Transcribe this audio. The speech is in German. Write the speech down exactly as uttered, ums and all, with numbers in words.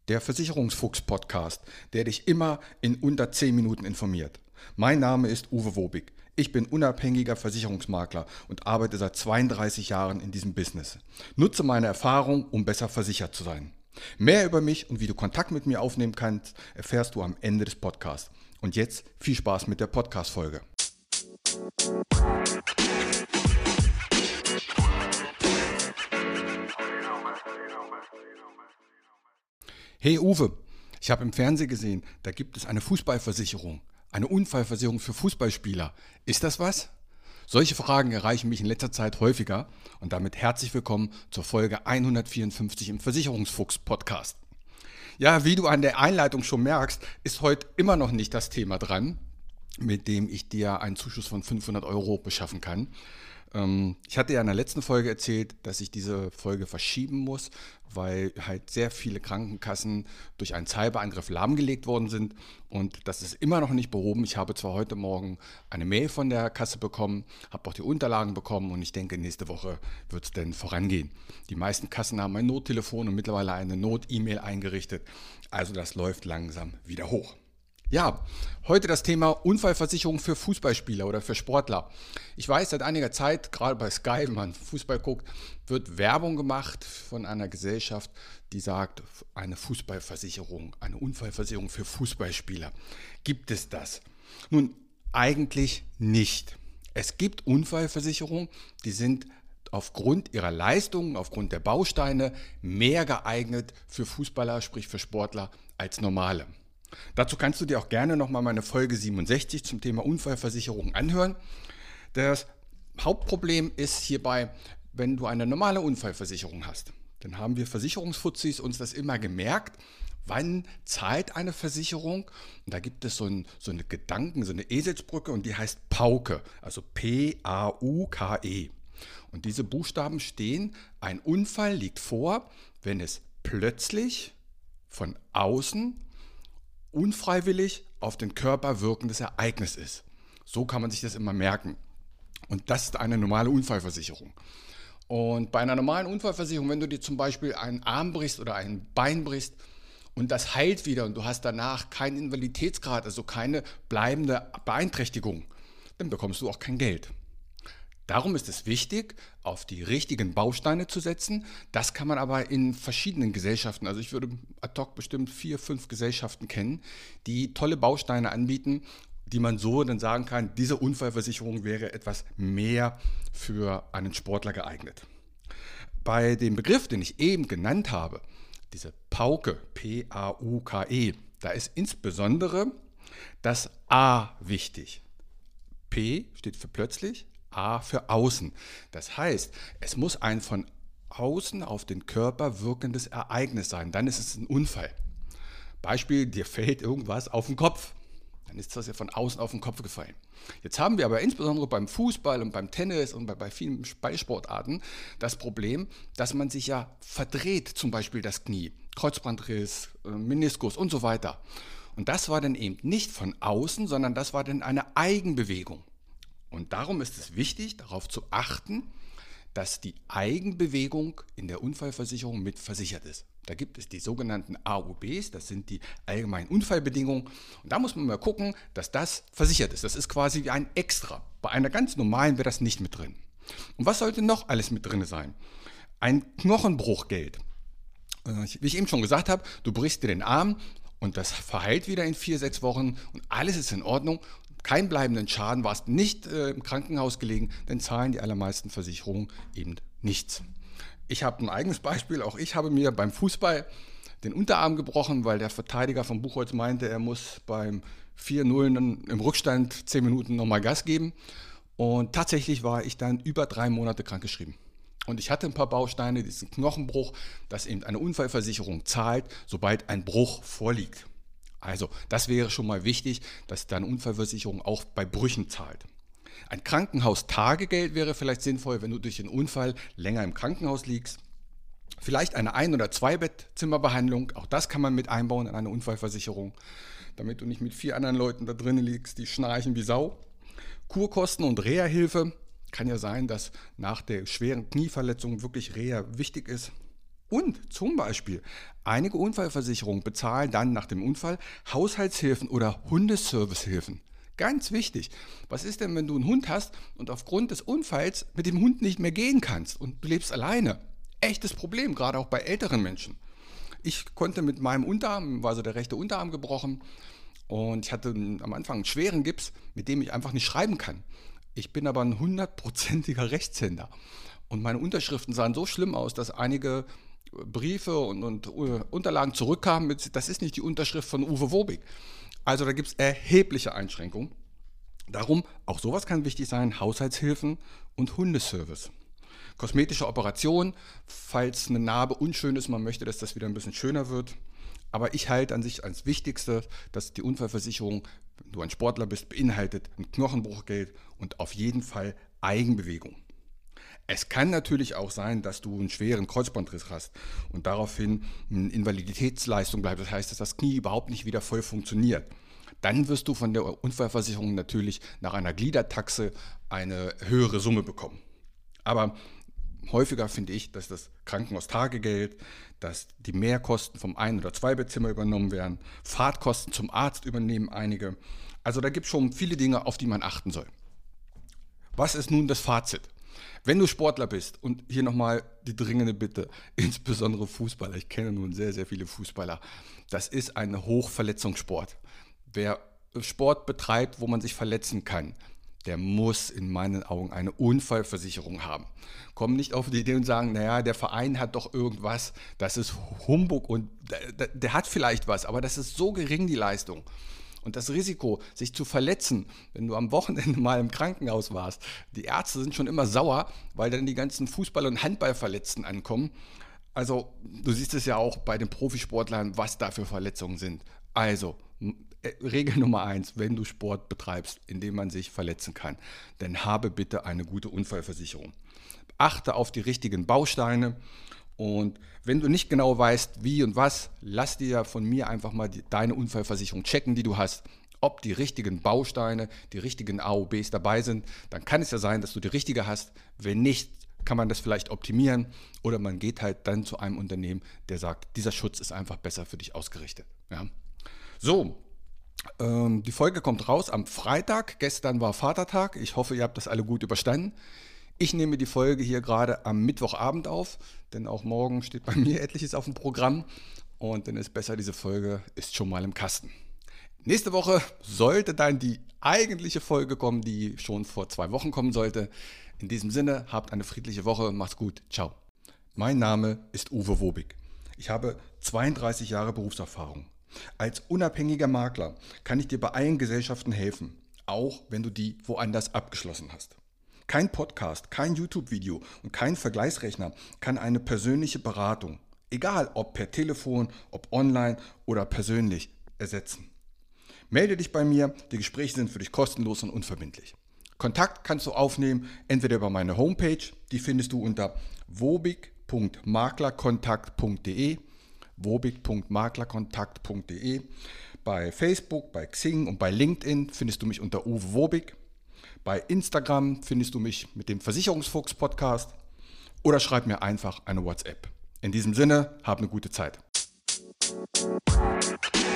Der Versicherungsfuchs-Podcast, der dich immer in unter zehn Minuten informiert. Mein Name ist Uwe Wobig. Ich bin unabhängiger Versicherungsmakler und arbeite seit zweiunddreißig Jahren in diesem Business. Nutze meine Erfahrung, um besser versichert zu sein. Mehr über mich und wie du Kontakt mit mir aufnehmen kannst, erfährst du am Ende des Podcasts. Und jetzt viel Spaß mit der Podcast-Folge. Hey Uwe, ich habe im Fernsehen gesehen, da gibt es eine Fußballversicherung, eine Unfallversicherung für Fußballspieler. Ist das was? Solche Fragen erreichen mich in letzter Zeit häufiger und damit herzlich willkommen zur Folge hundertvierundfünfzig im Versicherungsfuchs-Podcast. Ja, wie du an der Einleitung schon merkst, ist heute immer noch nicht das Thema dran, mit dem ich dir einen Zuschuss von fünfhundert Euro beschaffen kann. Ich hatte ja in der letzten Folge erzählt, dass ich diese Folge verschieben muss, weil halt sehr viele Krankenkassen durch einen Cyberangriff lahmgelegt worden sind und das ist immer noch nicht behoben. Ich habe zwar heute Morgen eine Mail von der Kasse bekommen, habe auch die Unterlagen bekommen und ich denke, nächste Woche wird es denn vorangehen. Die meisten Kassen haben ein Nottelefon und mittlerweile eine Not-E-Mail eingerichtet, also das läuft langsam wieder hoch. Ja, heute das Thema Unfallversicherung für Fußballspieler oder für Sportler. Ich weiß, seit einiger Zeit, gerade bei Sky, wenn man Fußball guckt, wird Werbung gemacht von einer Gesellschaft, die sagt, eine Fußballversicherung, eine Unfallversicherung für Fußballspieler. Gibt es das? Nun, eigentlich nicht. Es gibt Unfallversicherungen, die sind aufgrund ihrer Leistungen, aufgrund der Bausteine mehr geeignet für Fußballer, sprich für Sportler, als normale. Dazu kannst du dir auch gerne nochmal meine Folge siebenundsechzig zum Thema Unfallversicherung anhören. Das Hauptproblem ist hierbei, wenn du eine normale Unfallversicherung hast. Dann haben wir Versicherungsfuzis uns das immer gemerkt, wann zahlt eine Versicherung. Und da gibt es so, ein, so eine Gedanken, so eine Eselsbrücke und die heißt Pauke, also P A U K E. Und diese Buchstaben stehen, ein Unfall liegt vor, wenn es plötzlich von außen unfreiwillig auf den Körper wirkendes Ereignis ist. So kann man sich das immer merken. Und das ist eine normale Unfallversicherung. Und bei einer normalen Unfallversicherung, wenn du dir zum Beispiel einen Arm brichst oder ein Bein brichst und das heilt wieder und du hast danach keinen Invaliditätsgrad, also keine bleibende Beeinträchtigung, dann bekommst du auch kein Geld. Darum ist es wichtig, auf die richtigen Bausteine zu setzen. Das kann man aber in verschiedenen Gesellschaften, also ich würde ad hoc bestimmt vier, fünf Gesellschaften kennen, die tolle Bausteine anbieten, die man so dann sagen kann, diese Unfallversicherung wäre etwas mehr für einen Sportler geeignet. Bei dem Begriff, den ich eben genannt habe, diese Pauke, P A U K E, da ist insbesondere das A wichtig. P steht für plötzlich, A für außen. Das heißt, es muss ein von außen auf den Körper wirkendes Ereignis sein. Dann ist es ein Unfall. Beispiel, dir fällt irgendwas auf den Kopf. Dann ist das ja von außen auf den Kopf gefallen. Jetzt haben wir aber insbesondere beim Fußball und beim Tennis und bei, bei vielen Ballsportarten das Problem, dass man sich ja verdreht, zum Beispiel das Knie, Kreuzbandriss, Meniskus und so weiter. Und das war dann eben nicht von außen, sondern das war dann eine Eigenbewegung. Und darum ist es wichtig, darauf zu achten, dass die Eigenbewegung in der Unfallversicherung mit versichert ist. Da gibt es die sogenannten A U Bs, das sind die allgemeinen Unfallbedingungen. Und da muss man mal gucken, dass das versichert ist. Das ist quasi wie ein Extra. Bei einer ganz normalen wäre das nicht mit drin. Und was sollte noch alles mit drin sein? Ein Knochenbruchgeld. Wie ich eben schon gesagt habe, du brichst dir den Arm und das verheilt wieder in vier, sechs Wochen und alles ist in Ordnung. Keinen bleibenden Schaden, warst nicht äh, im Krankenhaus gelegen, dann zahlen die allermeisten Versicherungen eben nichts. Ich habe ein eigenes Beispiel, auch ich habe mir beim Fußball den Unterarm gebrochen, weil der Verteidiger von Buchholz meinte, er muss beim vier null im Rückstand zehn Minuten nochmal Gas geben. Und tatsächlich war ich dann über drei Monate krankgeschrieben. Und ich hatte ein paar Bausteine, diesen Knochenbruch, dass eben eine Unfallversicherung zahlt, sobald ein Bruch vorliegt. Also das wäre schon mal wichtig, dass deine Unfallversicherung auch bei Brüchen zahlt. Ein Krankenhaustagegeld wäre vielleicht sinnvoll, wenn du durch den Unfall länger im Krankenhaus liegst. Vielleicht eine Ein- oder Zwei-Bettzimmerbehandlung, auch das kann man mit einbauen in eine Unfallversicherung, damit du nicht mit vier anderen Leuten da drinnen liegst, die schnarchen wie Sau. Kurkosten und Reha-Hilfe, kann ja sein, dass nach der schweren Knieverletzung wirklich Reha wichtig ist. Und zum Beispiel, einige Unfallversicherungen bezahlen dann nach dem Unfall Haushaltshilfen oder Hundeservicehilfen. Ganz wichtig. Was ist denn, wenn du einen Hund hast und aufgrund des Unfalls mit dem Hund nicht mehr gehen kannst und du lebst alleine? Echtes Problem, gerade auch bei älteren Menschen. Ich konnte mit meinem Unterarm, war so der rechte Unterarm gebrochen und ich hatte am Anfang einen schweren Gips, mit dem ich einfach nicht schreiben kann. Ich bin aber ein hundertprozentiger Rechtshänder und meine Unterschriften sahen so schlimm aus, dass einige Briefe und, und uh, Unterlagen zurückkamen mit, das ist nicht die Unterschrift von Uwe Wobig. Also da gibt es erhebliche Einschränkungen. Darum, auch sowas kann wichtig sein, Haushaltshilfen und Hundeservice. Kosmetische Operationen, falls eine Narbe unschön ist, man möchte, dass das wieder ein bisschen schöner wird. Aber ich halte an sich als Wichtigste, dass die Unfallversicherung, wenn du ein Sportler bist, beinhaltet ein Knochenbruchgeld und auf jeden Fall Eigenbewegung. Es kann natürlich auch sein, dass du einen schweren Kreuzbandriss hast und daraufhin eine Invaliditätsleistung bleibt. Das heißt, dass das Knie überhaupt nicht wieder voll funktioniert. Dann wirst du von der Unfallversicherung natürlich nach einer Gliedertaxe eine höhere Summe bekommen. Aber häufiger finde ich, dass das Krankenhaustagegeld, dass die Mehrkosten vom Ein- oder Zweibettzimmer übernommen werden, Fahrtkosten zum Arzt übernehmen einige. Also da gibt es schon viele Dinge, auf die man achten soll. Was ist nun das Fazit? Wenn du Sportler bist, und hier nochmal die dringende Bitte, insbesondere Fußballer, ich kenne nun sehr, sehr viele Fußballer, das ist ein Hochverletzungssport. Wer Sport betreibt, wo man sich verletzen kann, der muss in meinen Augen eine Unfallversicherung haben. Kommen nicht auf die Idee und sagen, naja, der Verein hat doch irgendwas, das ist Humbug und der, der hat vielleicht was, aber das ist so gering, die Leistung. Und das Risiko, sich zu verletzen, wenn du am Wochenende mal im Krankenhaus warst, die Ärzte sind schon immer sauer, weil dann die ganzen Fußball- und Handballverletzten ankommen. Also du siehst es ja auch bei den Profisportlern, was da für Verletzungen sind. Also Regel Nummer eins, wenn du Sport betreibst, in dem man sich verletzen kann, dann habe bitte eine gute Unfallversicherung. Achte auf die richtigen Bausteine. Und wenn du nicht genau weißt, wie und was, lass dir von mir einfach mal die, deine Unfallversicherung checken, die du hast, ob die richtigen Bausteine, die richtigen A O Bs dabei sind. Dann kann es ja sein, dass du die richtige hast. Wenn nicht, kann man das vielleicht optimieren oder man geht halt dann zu einem Unternehmen, der sagt, dieser Schutz ist einfach besser für dich ausgerichtet. Ja. So, ähm, die Folge kommt raus am Freitag. Gestern war Vatertag. Ich hoffe, ihr habt das alle gut überstanden. Ich nehme die Folge hier gerade am Mittwochabend auf, denn auch morgen steht bei mir etliches auf dem Programm und dann ist besser, diese Folge ist schon mal im Kasten. Nächste Woche sollte dann die eigentliche Folge kommen, die schon vor zwei Wochen kommen sollte. In diesem Sinne, habt eine friedliche Woche, macht's gut, ciao. Mein Name ist Uwe Wobig. Ich habe zweiunddreißig Jahre Berufserfahrung. Als unabhängiger Makler kann ich dir bei allen Gesellschaften helfen, auch wenn du die woanders abgeschlossen hast. Kein Podcast, kein YouTube-Video und kein Vergleichsrechner kann eine persönliche Beratung, egal ob per Telefon, ob online oder persönlich, ersetzen. Melde dich bei mir, die Gespräche sind für dich kostenlos und unverbindlich. Kontakt kannst du aufnehmen, entweder über meine Homepage, die findest du unter wobig punkt maklerkontakt punkt de, wobig punkt maklerkontakt punkt de. Bei Facebook, bei Xing und bei LinkedIn findest du mich unter Uwe Wobig. Bei Instagram findest du mich mit dem Versicherungsfuchs-Podcast oder schreib mir einfach eine WhatsApp. In diesem Sinne, hab eine gute Zeit.